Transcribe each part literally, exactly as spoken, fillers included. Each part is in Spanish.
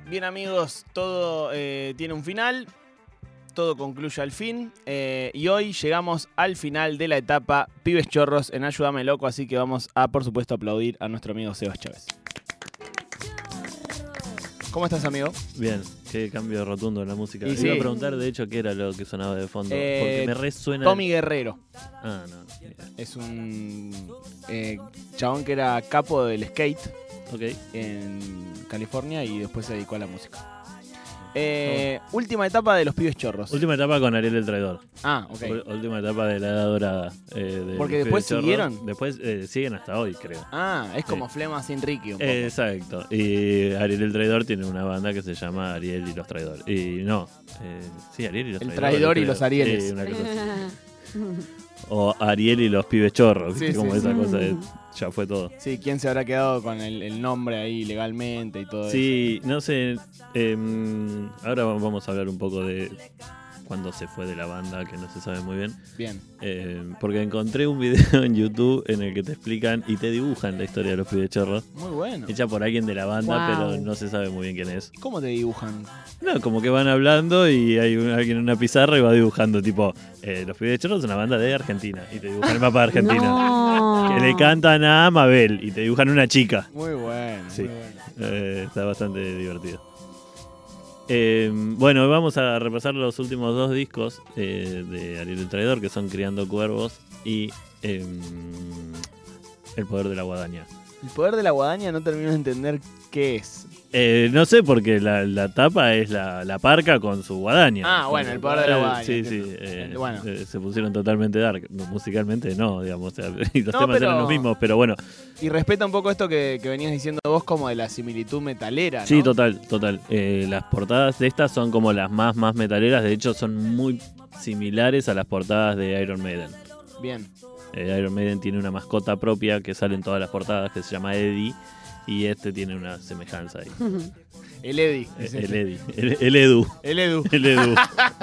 Bien, amigos, todo eh, tiene un final, todo concluye al fin, eh, y hoy llegamos al final de la etapa Pibes Chorros en Ayúdame Loco, así que vamos a, por supuesto, aplaudir a nuestro amigo Sebas Chávez. ¿Cómo estás, amigo? Bien, qué cambio rotundo en la música. Y Iba sí. a preguntar, de hecho, qué era lo que sonaba de fondo, Eh, porque me resuena... Tommy Guerrero. Ah, no. Mira. Es un eh, chabón que era capo del skate Ok. en California y después se dedicó a la música. Eh, oh. Última etapa de los Pibes Chorros. Última etapa con Ariel el Traidor. Ah, ok. U- última etapa de la Edad Dorada. Eh, de Porque los después Pibes Chorros. siguieron. Después eh, siguen hasta hoy, creo. Ah, es como Sí. Flema sin Ricky un poco. Eh, exacto. Y Ariel el Traidor tiene una banda que se llama Ariel y los Traidores. Y no. Eh, sí, Ariel y los El Traidores. traidor y creo. los Arieles. Sí, una cosa así. O Ariel y los Pibes Chorros. Sí, como sí, esa sí. cosa de, ya fue todo. Sí, ¿quién se habrá quedado con el, el nombre ahí legalmente y todo Sí, no sé. Eh, ahora vamos a hablar un poco de cuándo se fue de la banda, que no se sabe muy bien. eso? Bien. Eh, porque encontré un video en YouTube en el que te explican y te dibujan la historia de los Pibes Chorros. Muy bueno. Hecha por alguien de la banda, Wow. pero no se sabe muy bien quién es. ¿Cómo te dibujan? No, como que van hablando y hay un- alguien en una pizarra y va dibujando, tipo, eh, los Pibes Chorros es una banda de Argentina. Y te dibujan el mapa de Argentina. No. Que le cantan a Mabel y te dibujan una chica. Muy bueno, Sí. muy bueno. Eh, está bastante divertido. Eh, bueno, vamos a repasar los últimos dos discos eh, de Ariel el Traidor, que son Criando Cuervos y eh, El Poder de la Guadaña. El poder de la guadaña no termino de entender qué es. Eh, no sé, porque la, la tapa es la, la parca con su guadaña. Ah, bueno, el poder de la Eh, guadaña, Sí, entiendo. sí. eh, Eh, bueno. eh, se pusieron totalmente dark. No, musicalmente no, digamos. O sea, y los No, temas pero- eran los mismos, pero bueno. Y respeta un poco esto que, que venías diciendo vos como de la similitud metalera, ¿no? Sí, total, total. Eh, las portadas de estas son como las más, más metaleras. De hecho, son muy similares a las portadas de Iron Maiden. Bien. Eh, Iron Maiden tiene una mascota propia que sale en todas las portadas, que se llama Eddie. Y este tiene una semejanza ahí. El Eddie. Eh, es el este. Eddie. El, el Edu. El Edu. El Edu.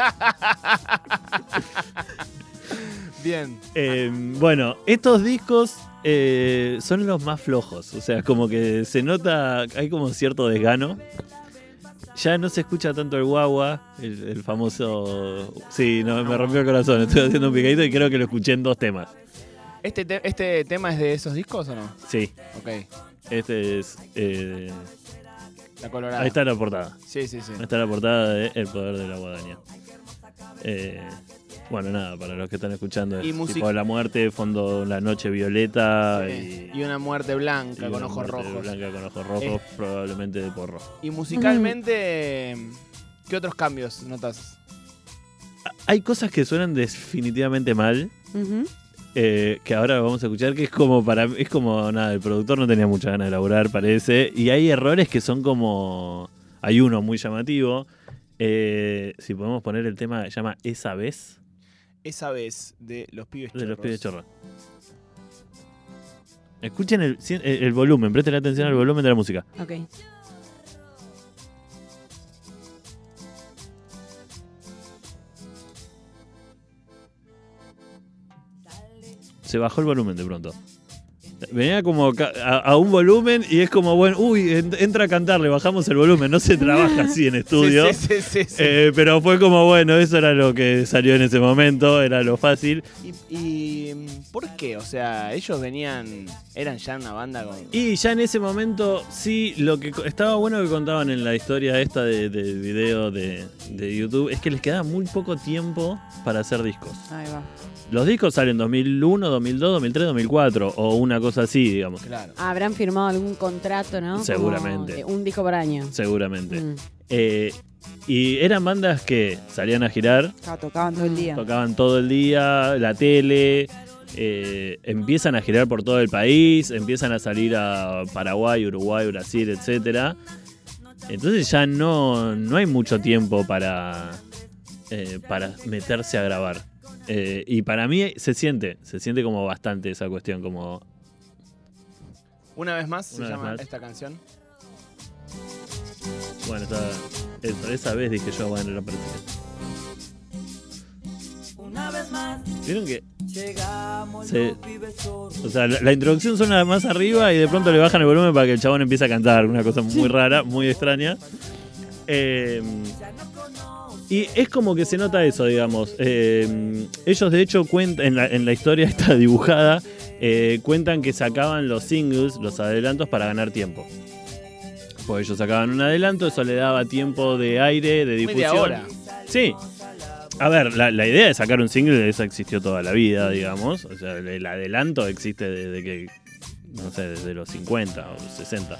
Bien. Eh, bueno, estos discos eh, son los más flojos. O sea, como que se nota, hay como cierto desgano. Ya no se escucha tanto el guagua, el, el famoso... Sí, no, me rompió el corazón, estoy haciendo un picadito y creo que lo escuché en dos temas. ¿Este, te- ¿Este tema es de esos discos o no? Sí, Ok. este es... eh, La colorada. ahí está la portada. Sí, sí, sí. Ahí está la portada de El Poder de la Guadaña. Eh, bueno, nada, para los que están escuchando es Y music- tipo La Muerte, fondo La Noche Violeta Sí. y... Y una muerte blanca y con una ojos muerte rojos. blanca con ojos rojos, probablemente de porro. Y musicalmente, ¿qué otros cambios notas? Hay cosas que suenan definitivamente mal, Ujú. eh, que ahora vamos a escuchar, que es como para es como nada, el productor no tenía mucha ganas de laburar, parece, y hay errores que son como, hay uno muy llamativo, eh, si podemos poner el tema que se llama Esa Vez, Esa vez de los Pibes de Chorros. los Pibes Chorros. Escuchen el, el, el volumen, presten atención al volumen de la música. Ok. Se bajó el volumen de pronto. Venía como ca- a, a un volumen y es como, bueno, uy, en- entra a cantar, le bajamos el volumen. No se trabaja así en estudio. Sí, sí, sí, sí, sí. Eh, pero fue como, bueno, eso era lo que salió en ese momento, era lo fácil. ¿Y, y por qué? O sea, ellos venían, eran ya una banda con... Y ya en ese momento, sí, lo que co- estaba bueno que contaban en la historia esta de- del video de, de YouTube es que les quedaba muy poco tiempo para hacer discos. Ahí va. Los discos salen dos mil uno, dos mil dos, dos mil tres, dos mil cuatro o una cosa así, digamos. Claro. Habrán firmado algún contrato, ¿no? Como Seguramente. de un disco por año. Seguramente. Mm. Eh, y eran bandas que salían a girar, Ah, tocaban todo el día. tocaban todo el día, la tele, eh, empiezan a girar por todo el país, empiezan a salir a Paraguay, Uruguay, Brasil, etcétera. Entonces ya no, no hay mucho tiempo para, eh, para meterse a grabar. Eh, y para mí se siente, se siente como bastante esa cuestión, como... Una vez más Una se vez llama más. esta canción. Bueno, esa, eso, esa vez dije yo, bueno, era parecido. ¿Vieron que se, o sea, la, la introducción suena más arriba y de pronto le bajan el volumen para que el chabón empiece a cantar? Una cosa muy rara, muy extraña. Eh, y es como que se nota eso, digamos. Eh, ellos, de hecho, cuentan en la, en la historia esta dibujada, eh, cuentan que sacaban los singles, los adelantos, para ganar tiempo. Pues ellos sacaban un adelanto, eso le daba tiempo de aire, de difusión. Media hora. Sí. A ver, la, la idea de sacar un single, esa existió toda la vida, digamos. O sea, el adelanto existe desde que, no sé, desde los cincuenta o sesenta.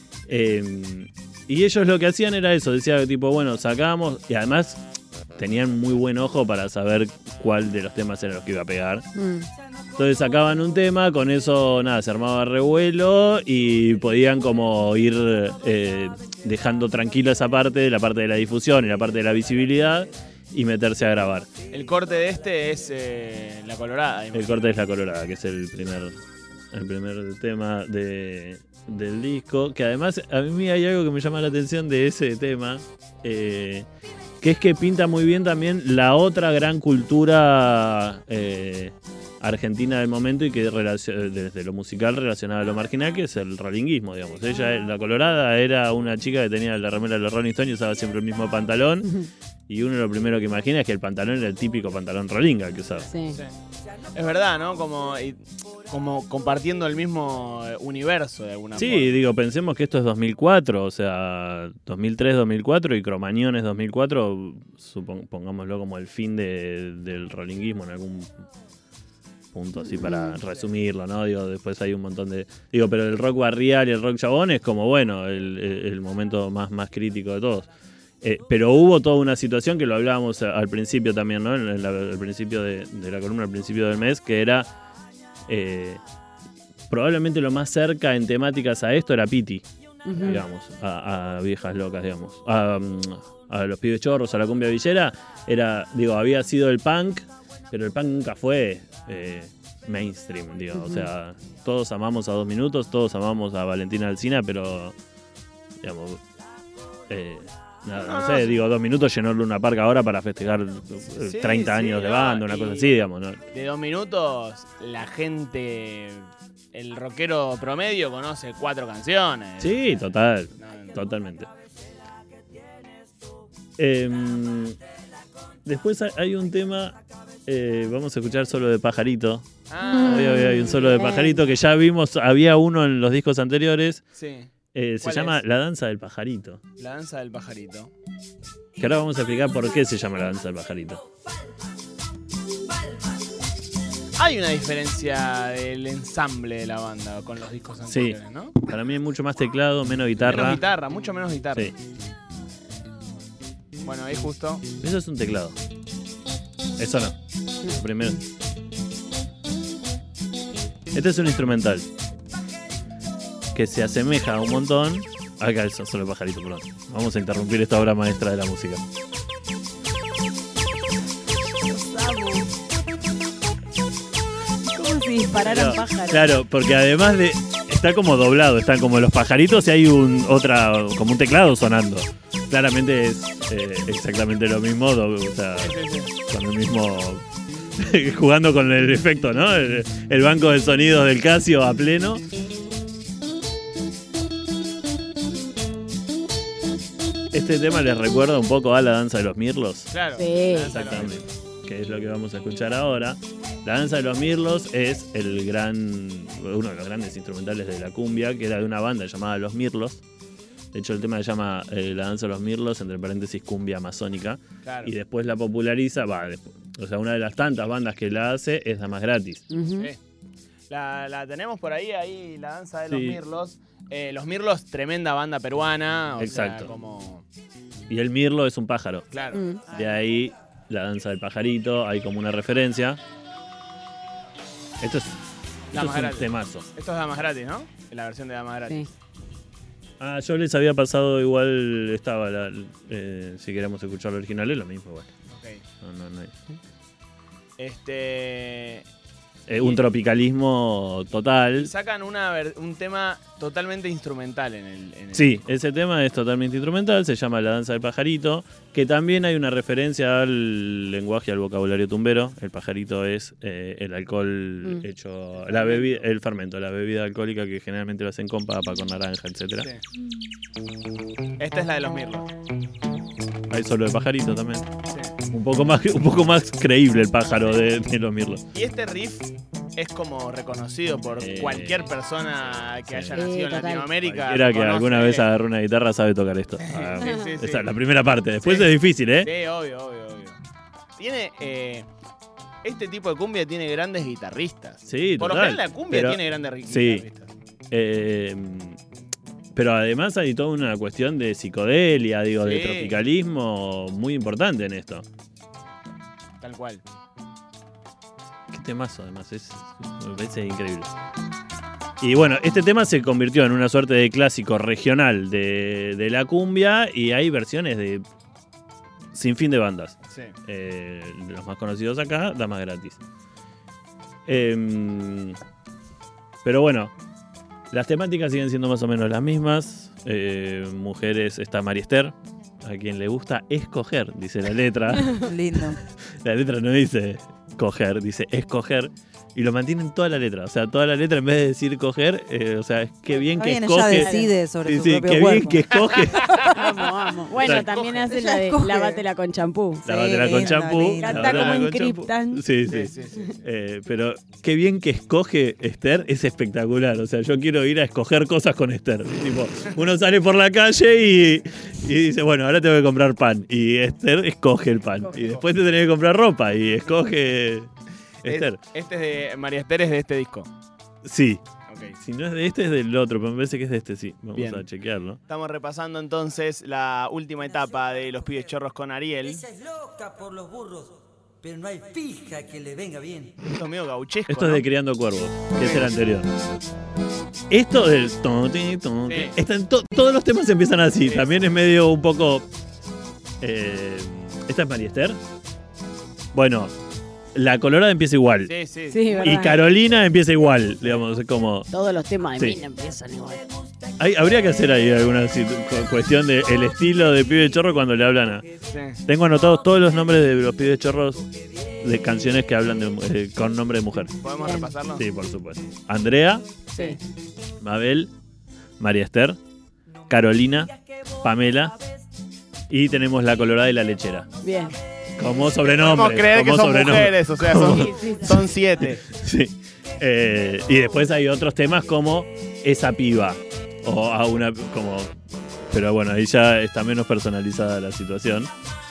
Eh, y ellos lo que hacían era eso, decía tipo, bueno, sacábamos, y además tenían muy buen ojo para saber cuál de los temas eran los que iba a pegar. Mm. Entonces sacaban un tema, con eso nada, se armaba revuelo y podían como ir eh, dejando tranquilo esa parte, la parte de la difusión y la parte de la visibilidad, y meterse a grabar. El corte de este es eh, La Colorada. El corte es La Colorada, que es el primer, el primer tema de, del disco, que además a mí hay algo que me llama la atención de ese tema, eh, que es que pinta muy bien también la otra gran cultura eh, argentina del momento y que relacion- desde lo musical relacionada a lo marginal, que es el rollinguismo, digamos. Ella, La Colorada, era una chica que tenía la remera de los Rolling Stones y usaba siempre el mismo pantalón, y uno lo primero que imagina es que el pantalón era el típico pantalón rollinga que usaba. Sí. Sí. Es verdad, ¿no? Como, y- como compartiendo el mismo eh, universo de alguna Sí, forma. digo, pensemos que esto es dos mil cuatro, o sea, dos mil tres, dos mil cuatro y Cromañón es dos mil cuatro, supon- pongámoslo como el fin de, del rollinguismo en algún punto, así para resumirlo, ¿no? Digo, después hay un montón de... Digo, pero el rock barrial y el rock chabón es como, bueno, el, el- el momento más, más crítico de todos. Eh, pero hubo toda una situación que lo hablábamos a- al principio también, ¿no? En la- al principio de, de la columna, al principio del mes, que era... eh, probablemente lo más cerca en temáticas a esto era Piti, Ujú. digamos, a, a Viejas Locas, digamos. A, a Los Pibes Chorros, a la cumbia villera, era, digo, había sido el punk, pero el punk nunca fue eh, mainstream, digo. Ujú. O sea, todos amamos a Dos Minutos, todos amamos a Valentina Alsina, pero, digamos, eh, nada, no, No, sé, no, digo, Dos Minutos llenó Luna Park ahora para festejar eh, Sí, treinta sí, años de no, banda, una y- cosa así, digamos, ¿no? De Dos Minutos, la gente, el rockero promedio conoce cuatro canciones. Sí, total. No, no. Totalmente. Eh, después hay- hay un tema, eh, vamos a escuchar solo de Pajarito. Ah, Hoy hay un solo de Bien. Pajarito que ya vimos, había uno en los discos anteriores. sí, eh, se ¿Cuál llama es? La Danza del Pajarito. La Danza del Pajarito. Que ahora vamos a explicar por qué se llama La Danza del Pajarito. Hay una diferencia del ensamble de la banda con los discos Sí. anteriores, ¿no? Para mí hay mucho más teclado, menos guitarra. Menos guitarra, mucho menos guitarra. Sí, Bueno, ahí justo. eso es un teclado. Eso no. Lo primero. Este es un instrumental que se asemeja un montón. Acá es solo Pajarito, perdón. Vamos a interrumpir esta obra maestra de la música. Como si dispararan Claro, pájaros. claro, porque además de... Está como doblado, están como los pajaritos y hay un otra como un teclado sonando. Claramente es eh, exactamente lo mismo, do- o sea, Sí, sí, sí. con el mismo... jugando con el efecto, ¿no? El, el banco de sonidos del Casio a pleno. Este tema les recuerda un poco a La Danza de los Mirlos. Claro. Sí. La Danza de los Exactamente. Que es lo que vamos a escuchar ahora. La Danza de los Mirlos es el gran, uno de los grandes instrumentales de la cumbia, que era de una banda llamada Los Mirlos. De hecho, el tema se llama eh, La Danza de los Mirlos, entre paréntesis, cumbia amazónica. Claro. Y después la populariza, va, después, o sea, una de las tantas bandas que la hace es Damas Gratis. Ujú. Sí. La, la tenemos por ahí, ahí, la danza de los Sí. Mirlos. Eh, los Mirlos, tremenda banda peruana. O Exacto. sea, como. Y el mirlo es un pájaro. Claro. Mm. De ahí La Danza del Pajarito, hay como una referencia. Esto es, esto Damas es un Gratis. temazo. Esto es Damas Gratis, ¿no? La versión de Damas Gratis. Sí. Ah, yo les había pasado igual, estaba, la, eh, si queremos escuchar lo original es lo mismo igual. Ok. No, no, no hay. Este. Eh, un tropicalismo total. Y sacan una, un tema totalmente instrumental en el, en el Sí, disco. ese tema es totalmente instrumental, se llama La danza del pajarito, que también hay una referencia al lenguaje y al vocabulario tumbero. El pajarito es eh, el alcohol Mm. hecho, la bebida, el fermento, la bebida alcohólica que generalmente lo hacen con papa, con naranja, etcétera. Sí. Esta es la de los Mirlos. Hay solo de pajarito también. Sí. Un poco más, un poco más creíble el pájaro de, de los mirlos. Y este riff es como reconocido por Eh, cualquier persona que sí. haya Sí, nacido en total. Latinoamérica. Cualquiera que conoce- alguna vez agarró una guitarra sabe tocar esto. Ah, Sí, sí, sí. Esa es la primera parte. Después Sí. es difícil, ¿eh? Sí, obvio, obvio, obvio. Tiene. eh, este tipo de cumbia tiene grandes guitarristas. Sí, Por lo total. general la cumbia Pero- tiene grandes ri- sí. guitarristas. Eh, pero además hay toda una cuestión de psicodelia, digo, de Sí. tropicalismo muy importante en esto. Tal cual. Qué temazo, además, es, me parece increíble. Y bueno, este tema se convirtió en una suerte de clásico regional de, de la cumbia y hay versiones de sin fin de bandas. Sí. Eh, los más conocidos acá, Damas Gratis. Em, pero bueno, las temáticas siguen siendo más o menos las mismas. Eh, mujeres, está María Esther, a quien le gusta escoger, dice la letra. Lindo. La letra no dice coger, dice escoger. Y lo mantienen toda la letra. O sea, toda la letra en vez de decir coger, eh, o sea, es qué bien Está que bien, escoge. ella decide sobre Sí, su sí, propio qué cuerpo. bien que escoge. Vamos, vamos. Bueno, Claro. también hace Ella la de escoge. lávátela con champú. Lávátela con lindo, champú. lindo. Canta lávátela como en con champú. Krypton. Sí, sí. Sí, sí, sí, sí. Eh, pero qué bien que escoge Esther, es espectacular. O sea, yo quiero ir a escoger cosas con Esther. Tipo, uno sale por la calle y, y dice, bueno, ahora tengo que comprar pan. Y Esther escoge el pan. Y después te tenés que comprar ropa y escoge Esther. Es- este es de María Esther, es de este disco. Sí. Ok. Si no es de este, es del otro, pero me parece que es de este, sí. Vamos Bien. a chequearlo. Estamos repasando entonces la última etapa de Los Pibes Chorros con Ariel. Ella es loca por los burros, pero no hay pija que le venga bien. Esto es medio gauchesco, Esto es ¿no? de Criando Cuervos, que es el anterior. Esto del... tonti, tonti, Sí. están to- todos los temas empiezan así. Sí. También es medio un poco... eh, ¿Esta es María Esther? Bueno, La Colorada empieza igual. Sí, sí. Sí, Y verdad. Carolina empieza igual, digamos, es como... Todos los temas de Sí. Mina empiezan igual. Hay- habría que hacer ahí alguna situ- cu- cuestión de el estilo de Pibe Chorro cuando le hablan a... Sí. Tengo anotados todos los nombres de los Pibes Chorros de canciones que hablan de, eh, con nombre de mujer. ¿Podemos Bien. repasarlo? Sí, por supuesto. Andrea, Sí. Mabel, María Esther, Carolina, Pamela y tenemos La Colorada y La Lechera. Bien. Como sobrenombre. Podemos creer que como son sobrenombre. mujeres, o sea, son, Sí, sí, sí. son siete. Sí. Eh, y después hay otros temas como Esa piba. O a una como. Pero bueno, ahí ya está menos personalizada la situación.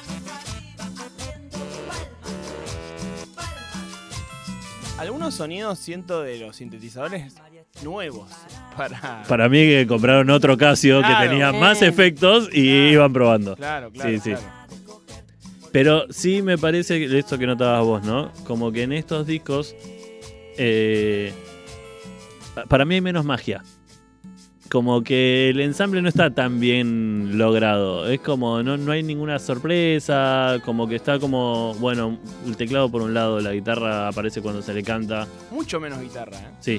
Algunos sonidos siento de los sintetizadores nuevos para... Para mí que compraron otro Casio Claro. que tenía más Eh. efectos y Claro. iban probando. Claro, claro, Sí, sí. claro. Pero sí me parece que esto que notabas vos, ¿no? Como que en estos discos, eh, para mí hay menos magia. Como que el ensamble no está tan bien logrado. Es como, no, no hay ninguna sorpresa. Como que está como, bueno, el teclado por un lado, la guitarra aparece cuando se le canta. Mucho menos guitarra, ¿eh? Sí.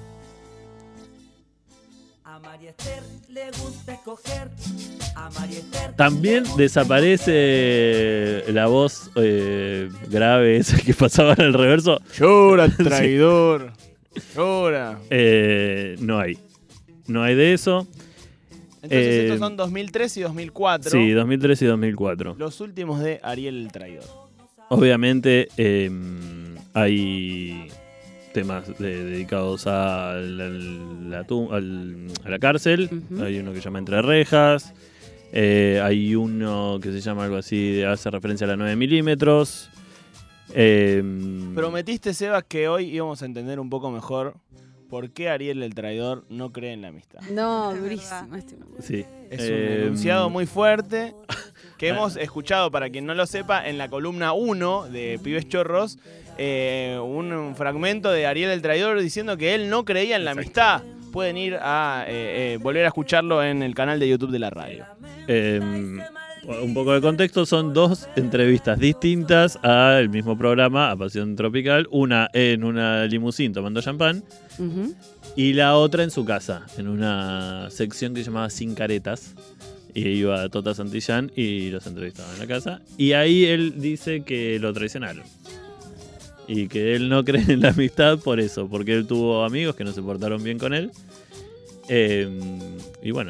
A María Esther le gusta escoger. A María Esther. También desaparece la voz eh, grave esa que pasaba en el reverso. Llora, traidor. Llora. Eh, no hay. No hay de eso. Entonces Eh, estos son dos mil tres y dos mil cuatro. Sí, dos mil tres y dos mil cuatro. Los últimos de Ariel el Traidor. Obviamente eh, hay temas de- dedicados a la, la tu- al- a la cárcel. Ujú. Hay uno que se llama Entre Rejas. Eh, hay uno que se llama algo así, hace referencia a la nueve milímetros. Eh, Prometiste, Sebas, que hoy íbamos a entender un poco mejor por qué Ariel el Traidor no cree en la amistad. No, Es durísimo. Este no. sí. Es Eh, un enunciado muy fuerte que hemos escuchado, para quien no lo sepa, en la columna uno de Pibes Chorros, eh, un, un fragmento de Ariel el Traidor diciendo que él no creía en la amistad. Pueden ir a eh, eh, volver a escucharlo en el canal de YouTube de la radio. Eh, un poco de contexto, son dos entrevistas distintas al mismo programa, a Pasión Tropical. Una en una limusín tomando champán Ujú. y la otra en su casa, en una sección que se llamaba Sin Caretas. Y iba Tota Santillán y los entrevistaba en la casa. Y ahí él dice que lo traicionaron. Y que él no cree en la amistad por eso, porque él tuvo amigos que no se portaron bien con él. Eh, y bueno,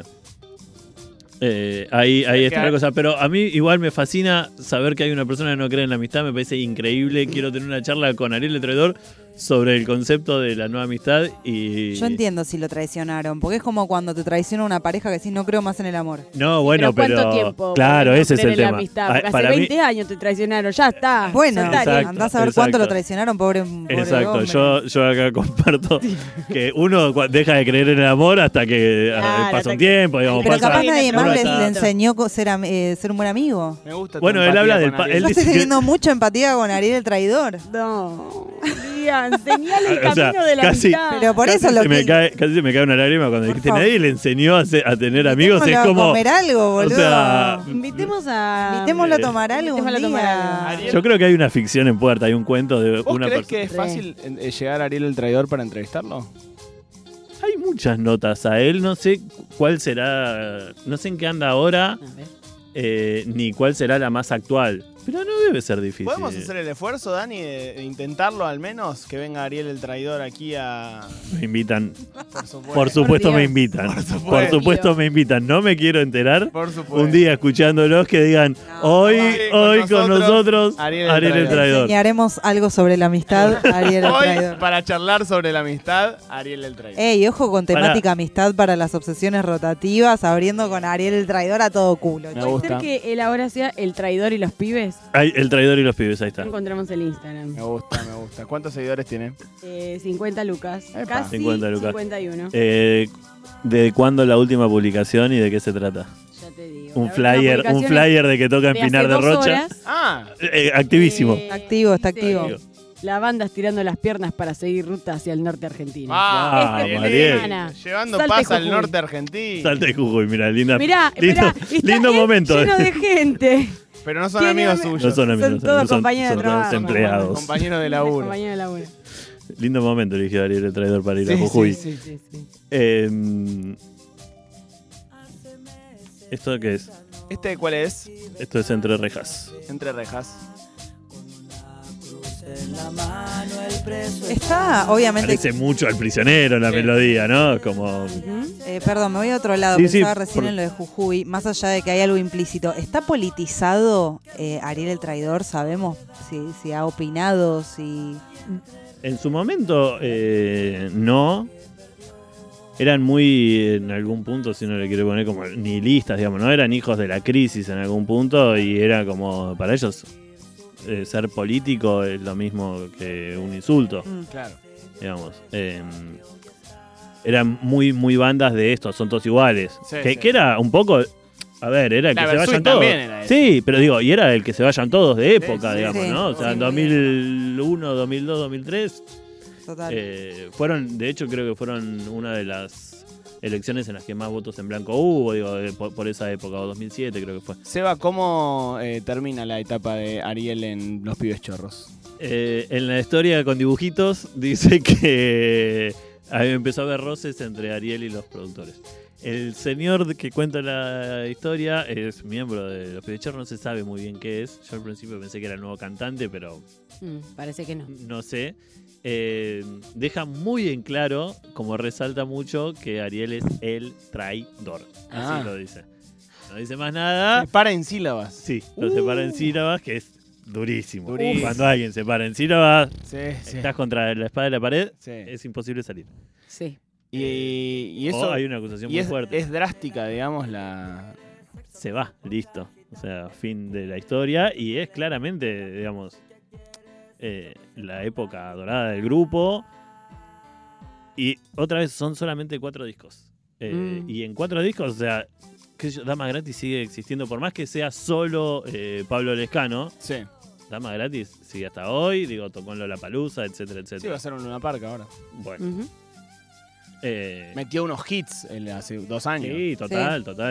eh, ahí, ahí está la cosa. Pero a mí igual me fascina saber que hay una persona que no cree en la amistad. Me parece increíble. Quiero tener una charla con Ariel el Traidor sobre el concepto de la nueva amistad. Y Yo entiendo si lo traicionaron, porque es como cuando te traiciona una pareja que decís no creo más en el amor. No, bueno, pero pero, ¿cuánto tiempo? claro, Porque no ese es creen el en la tema. amistad, Ah, porque hace para mí- veinte años te traicionaron, ya está. Bueno, soltá, Exacto, andás a ver cuánto exacto. lo traicionaron, pobre, pobre Exacto, hombre. yo, yo acá comparto que uno cua- deja de creer en el amor hasta que ah, Claro, pasa hasta un que- tiempo, digamos. Pero pasa- capaz Bien, nadie uno más le, está- le enseñó co- ser, am- eh, ser un buen amigo. Me gusta tu Bueno, él empatía habla con del pa- Ariel. él Yo dice estoy que- teniendo mucha empatía con Ariel el traidor. No, Lian, señala el O sea, camino de la casi- amistad. Pero por casi eso lo se me que... cae, casi se me cae una lágrima cuando Por dijiste favor. nadie le enseñó a, se- a tener amigos. Es Invitémoslo a como. comer algo, boludo. O sea, Invitémos a... Invitémoslo a eh, tomar algo un invitémoslo a tomar día. algo. yo creo que hay una ficción en puerta, hay un cuento de ¿Vos una creés persona. que es fácil eh, llegar a Ariel el Traidor para entrevistarlo? Hay muchas notas a él, no sé cuál será, no sé en qué anda ahora, A ver. eh, ni cuál será la más actual. Pero no debe ser difícil. ¿Podemos hacer el esfuerzo, Dani, de, de intentarlo al menos? Que venga Ariel el Traidor aquí a... Me invitan. Por supuesto. Por supuesto Dios. me invitan. Por Por supuesto. supuesto me invitan. No me quiero enterar. Por supuesto. Un día escuchándolos que digan, hoy, Hoy con hoy con nosotros, nosotros, Ariel el Ariel el Traidor. Traidor. Enseñaremos algo sobre la amistad a Ariel el Hoy, traidor. para charlar sobre la amistad, Ariel el Traidor. Ey, ojo con temática Pará. amistad para las obsesiones rotativas, abriendo con Ariel el traidor a todo culo. Me ¿Puede gusta. ser que él ahora sea el traidor y los pibes? Ay, el Traidor y los pibes, ahí está. Encontramos el Instagram. Me gusta, me gusta. ¿Cuántos seguidores tiene? Eh, cincuenta lucas. Epa. Casi cincuenta lucas. cincuenta y uno. Eh, ¿De cuándo la última publicación y de qué se trata? Ya te digo. Un La última flyer, un publicación es flyer de que toca en de hace Pinar de dos Rocha. horas. Ah, Eh, activísimo. Eh, Activo, está sí. activo. Digo, La banda estirando las piernas para seguir ruta hacia el norte argentino. ah, Vamos, Ariel. Ariel. Llevando Salte paz al Jujuy. norte argentino. Salta de Jujuy, mira, linda. Mirá, lindo, esperá, está lindo él momento. lleno de gente. Pero no son Tiene amigos am- suyos. No son amigos, Son todos no son, compañeros de son todos trabajo. empleados. Compañeros de laburo. Compañero de laburo. Lindo momento eligió Ariel el Traidor para ir a Sí, Jujuy. sí, sí. Sí, sí. Eh, ¿Esto qué es? ¿Este cuál es? Esto es Entre Rejas. Entre rejas. Está, obviamente. Parece mucho al prisionero la Sí. melodía, ¿no? Como. Ujú. Eh, perdón, me voy a otro lado. Sí, Pensaba sí, recién por- en lo de Jujuy, más allá de que hay algo implícito. ¿Está politizado eh, Ariel el traidor? ¿Sabemos si, si ha opinado? Si... En su momento, eh, no. Eran muy, en algún punto, si uno le quiere poner como nihilistas, digamos, ¿no? Eran hijos de la crisis en algún punto y era como, para ellos, eh, ser político es lo mismo que un insulto, Claro. digamos. Eh, eran muy, muy bandas de estos, son todos iguales. Sí, que, sí. que era un poco, a ver, era el La que se Versuit vayan todos. también era eso. Sí, pero digo, y era el que se vayan todos de época, sí, digamos, sí. ¿no? O sea, en Sí, dos mil uno, dos mil dos, dos mil tres... Total. Eh, fueron, de hecho, creo que fueron una de las elecciones en las que más votos en blanco hubo, digo, de- por, por esa época, o dos mil siete creo que fue. Seba, ¿cómo eh, termina la etapa de Ariel en Los Pibes Chorros? Eh, en la historia con dibujitos dice que a mí me empezó a ver roces entre Ariel y los productores. El señor que cuenta la historia es miembro de Los Pibes Chorros, no se sabe muy bien qué es. Yo al principio pensé que era el nuevo cantante, pero Mm, parece que no. no sé. Eh, deja muy en claro, como resalta mucho, que Ariel es el traidor. Así Ah. lo dice. No dice más nada. Se para en sílabas. Sí, lo separa en sílabas, que es durísimo. Durísimo. Cuando alguien se para en sílabas, Sí, sí. estás contra la espada de la pared, Sí. es imposible salir. Sí. Y, y eso O hay una acusación y muy es, fuerte. es drástica, digamos, la... Se va, listo. O sea, fin de la historia. Y es claramente, digamos, eh, la época dorada del grupo. Y otra vez, son solamente cuatro discos. Eh, Mm. Y en cuatro discos, o sea, qué sé yo, Dama Gratis sigue existiendo. Por más que sea solo eh, Pablo Lescano, Sí. Dama Gratis sigue hasta hoy. Digo, tocó en Lollapalooza, etcétera, Sí, va etcétera. a ser un Luna Park ahora. Bueno, Ujú. eh, Metió unos hits el- hace dos años. sí, total, total.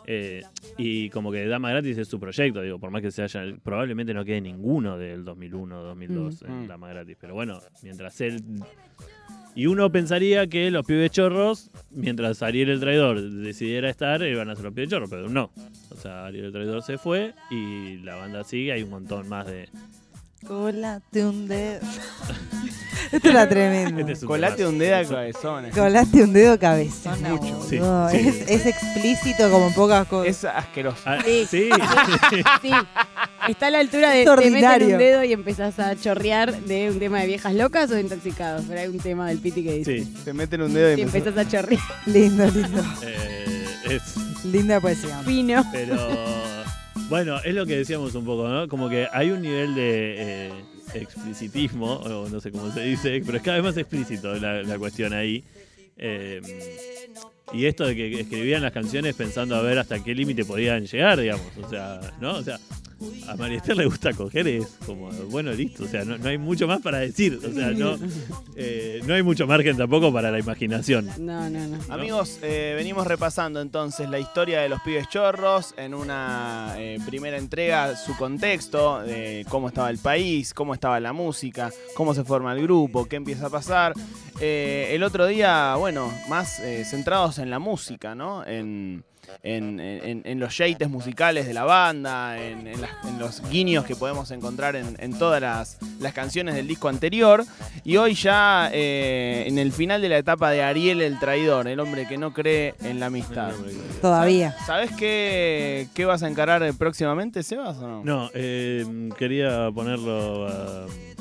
Eh, y como que Dama Gratis es su proyecto, digo, por más que se haya, probablemente no quede ninguno del dos mil uno o dos mil dos Mm. en Mm. Dama Gratis, pero bueno, mientras él... Y uno pensaría que los pibes chorros, mientras Ariel el Traidor decidiera estar, iban a ser los pibes chorros, pero no. O sea, Ariel el Traidor se fue y la banda sigue, hay un montón más de... Colate un dedo. Esto era tremendo. Este es un Colate temazo. un dedo a cabezones. Colate un dedo cabezón. Es mucho. Sí, boludo. sí. Es, es explícito como pocas cosas. Es asqueroso. Ah, Sí. sí. Sí. Está a la altura de Es te meten ordinario. un dedo y empezás a chorrear de un tema de viejas locas o de intoxicados. Pero hay un tema del Piti que dice. Sí. Te meten un dedo y Y empezás- empezás a chorrear Lindo, lindo. Eh, es... Linda poesía. fino. Pero bueno, es lo que decíamos un poco, ¿no? Como que hay un nivel de eh, explicitismo, o no sé cómo se dice, pero es cada vez más explícito la, la cuestión ahí. Eh, y esto de que escribían las canciones pensando a ver hasta qué límite podían llegar, digamos. O sea, ¿no? O sea, a María Esther le gusta coger, es como, bueno, listo. O sea, no, no hay mucho más para decir. O sea, no, eh, no hay mucho margen tampoco para la imaginación. No, no, no. Amigos, eh, venimos repasando entonces la historia de los pibes chorros en una eh, primera entrega, su contexto, de cómo estaba el país, cómo estaba la música, cómo se forma el grupo, qué empieza a pasar. Eh, el otro día, bueno, más eh, centrados en la música, ¿no? En, en, en- en los yates musicales de la banda, en, en las- en los guiños que podemos encontrar en, en todas las, las canciones del disco anterior. Y hoy ya eh, en el final de la etapa de Ariel el Traidor, el hombre que no cree en la amistad. Todavía. ¿Sabes qué, qué vas a encarar próximamente, Sebas, o no? No, eh, quería ponerlo a...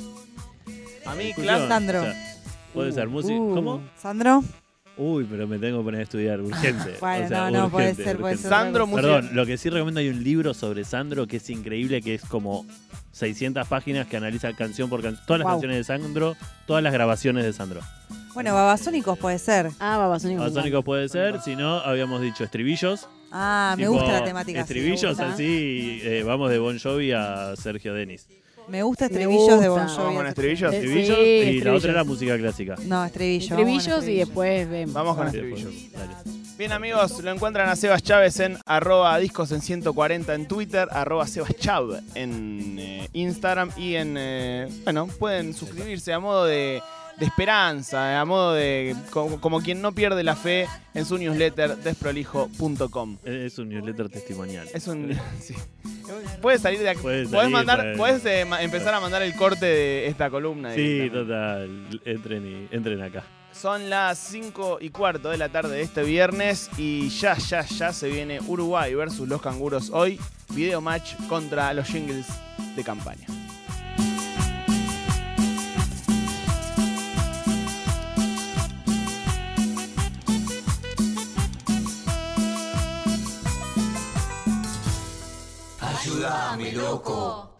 A mí, discusión. claro. Sandro. O sea, puede ser música. Uh. ¿Cómo? Sandro. Uy, pero me tengo que poner a estudiar, urgente. Bueno, O sea, no, no, puede urgente, ser, puede urgente. ser. Sandro, música. Perdón, lo que sí recomiendo, hay un libro sobre Sandro que es increíble, que es como seiscientas páginas que analiza canción por canción, todas las Wow. canciones de Sandro, todas las grabaciones de Sandro. Bueno, Babasónicos puede ser. Ah, Babasónicos. Babasónicos puede ser, si no, habíamos dicho estribillos. Ah, me tipo, gusta la temática. así, me Estribillos gusta. así, eh, vamos de Bon Jovi a Sergio Denis. Me gusta Me estribillos de Bon gusta. Jovi. Vamos con estribillos. Eh, Estribillos sí, y la estribillos. otra era música clásica. No, estribillo. vamos con Estribillos y después vemos. Vamos con Sí, estribillos. después, dale. Bien, amigos, lo encuentran a Sebas Chávez en arroba discos en ciento cuarenta en Twitter, arroba Sebas Chav en eh, Instagram y en, eh, bueno, pueden suscribirse a modo de, de esperanza, a modo de, como, como quien no pierde la fe en su newsletter desprolijo punto com. Es un newsletter testimonial. Es un, sí. Puedes salir de aquí, Puedes podés, salir, mandar, puedes- podés eh, ma- empezar a mandar el corte de esta columna. Sí, directamente. total. Entren, y, entren acá. Son las cinco y cuarto de la tarde de este viernes y ya, ya, ya se viene Uruguay versus los canguros hoy. Video match contra los jingles de campaña. Ayúdame, loco.